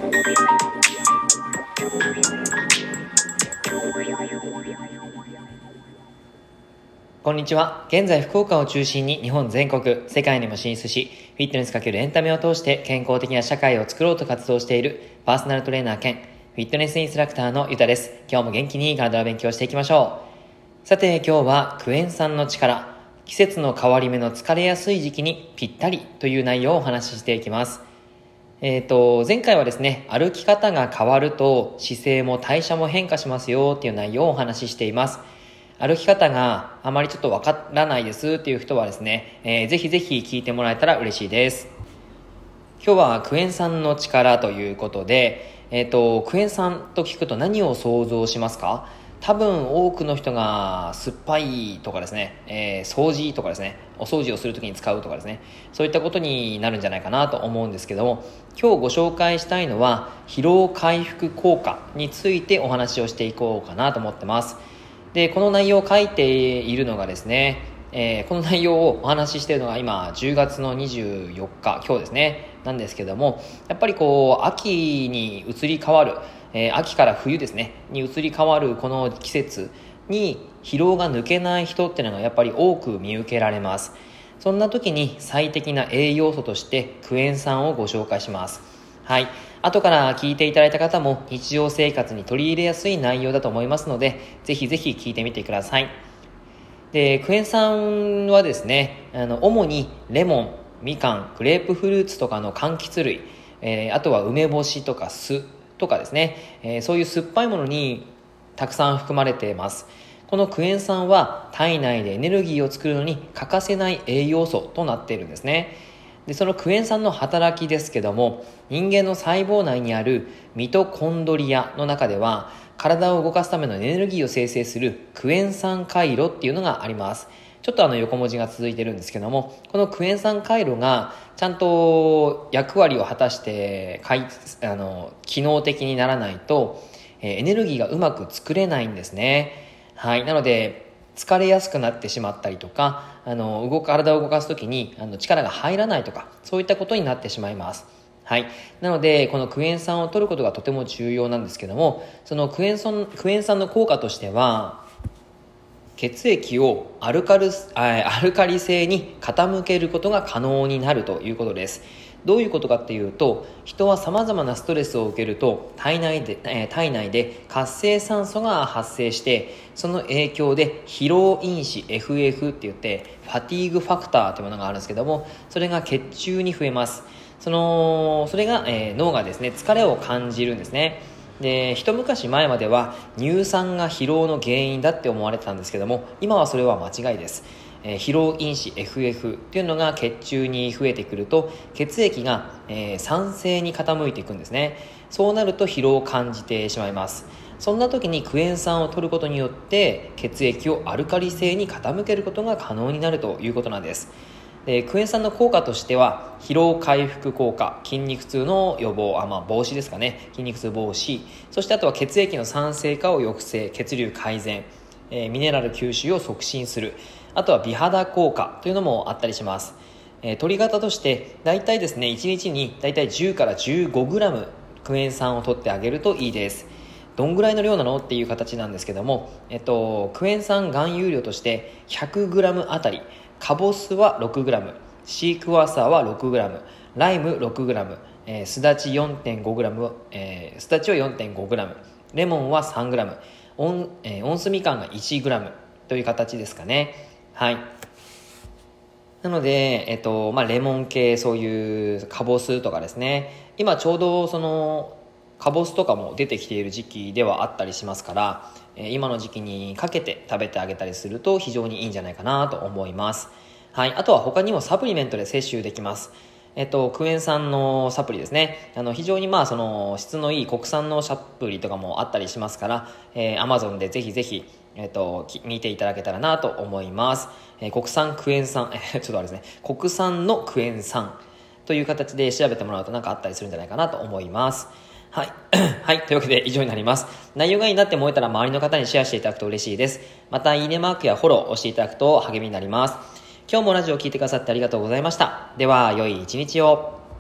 こんにちは。現在福岡を中心に日本全国、世界にも進出し、フィットネス×エンタメを通して健康的な社会を作ろうと活動しているパーソナルトレーナー兼フィットネスインストラクターのゆたです。今日も元気に体を勉強していきましょう。さて今日はクエン酸の力、季節の変わり目の疲れやすい時期にぴったりという内容をお話ししていきます。前回はですね、歩き方が変わると姿勢も代謝も変化しますよっていう内容をお話ししています。歩き方があまりちょっとわからないですっていう人はですね、ぜひぜひ聞いてもらえたら嬉しいです。今日はクエン酸の力ということで、クエン酸と聞くと何を想像しますか？多分多くの人が酸っぱいとかですね、掃除とかですね、お掃除をするときに使うとかですね、そういったことになるんじゃないかなと思うんですけども、今日ご紹介したいのは疲労回復効果についてお話をしていこうかなと思ってます。で、この内容を書いているのがですね、この内容をお話ししているのが今10月の24日、今日ですね、なんですけども、やっぱり秋に移り変わる、秋から冬ですね、に移り変わるこの季節に疲労が抜けない人っていうのがやっぱり多く見受けられます。そんな時に最適な栄養素としてクエン酸をご紹介します。はい。後から聞いていただいた方も日常生活に取り入れやすい内容だと思いますので、ぜひぜひ聞いてみてください。で、クエン酸はですね、主にレモン、みかん、グレープフルーツとかの柑橘類、あとは梅干しとか酢とかですね、そういう酸っぱいものにたくさん含まれています。このクエン酸は体内でエネルギーを作るのに欠かせない栄養素となっているんですね。で、そのクエン酸の働きですけども、人間の細胞内にあるミトコンドリアの中では体を動かすためのエネルギーを生成するクエン酸回路っていうのがあります。ちょっと横文字が続いてるんですけども、このクエン酸回路がちゃんと役割を果たして機能的にならないとエネルギーがうまく作れないんですね。はい。なので疲れやすくなってしまったりとか、体を動かすときに力が入らないとか、そういったことになってしまいます。はい。なので、このクエン酸を取ることがとても重要なんですけども、そのクエン酸の効果としては、血液をアルカリ性に傾けることが可能になるということです。どういうことかっていうと、人は様々なストレスを受けると体内で活性酸素が発生して、その影響で疲労因子 FF って言ってファティーグファクターというものがあるんですけども、それが血中に増えます。それが、脳がですね疲れを感じるんですね。で、一昔前までは乳酸が疲労の原因だって思われてたんですけども、今はそれは間違いです。疲労因子 FF っていうのが血中に増えてくると、血液が、酸性に傾いていくんですね。そうなると疲労を感じてしまいます。そんな時にクエン酸を取ることによって血液をアルカリ性に傾けることが可能になるということなんです。で、クエン酸の効果としては疲労回復効果、筋肉痛の予防、防止ですかね、筋肉痛防止、そしてあとは血液の酸性化を抑制、血流改善、ミネラル吸収を促進する、あとは美肌効果というのもあったりします。取り方としてだいたいですね、1日にだいたい10から15グラムクエン酸を取ってあげるといいです。どんぐらいの量なのっていう形なんですけども、クエン酸含有量として100グラムあたり、カボスは6グラム、シークワーサーは6グラム、ライム6グラム、すだち4.5グラム、すだちは4.5グラム、レモンは3グラム、温水みかんが1グラムという形ですかね。はい。なので、レモン系、そういうカボスとかですね、今ちょうどカボスとかも出てきている時期ではあったりしますから、今の時期にかけて食べてあげたりすると非常にいいんじゃないかなと思います。はい。あとは他にもサプリメントで摂取できます。クエン酸のサプリですね。非常に質のいい国産のサプリとかもあったりしますから、Amazon でぜひぜひ見ていただけたらなと思います。国産クエン酸、ちょっとあれですね、国産のクエン酸という形で調べてもらうとなんかあったりするんじゃないかなと思います。はい。はい。というわけで以上になります。内容がいいなって思えたら周りの方にシェアしていただくと嬉しいです。また、いいねマークやフォローを押していただくと励みになります。今日もラジオを聞いてくださってありがとうございました。では、良い一日を。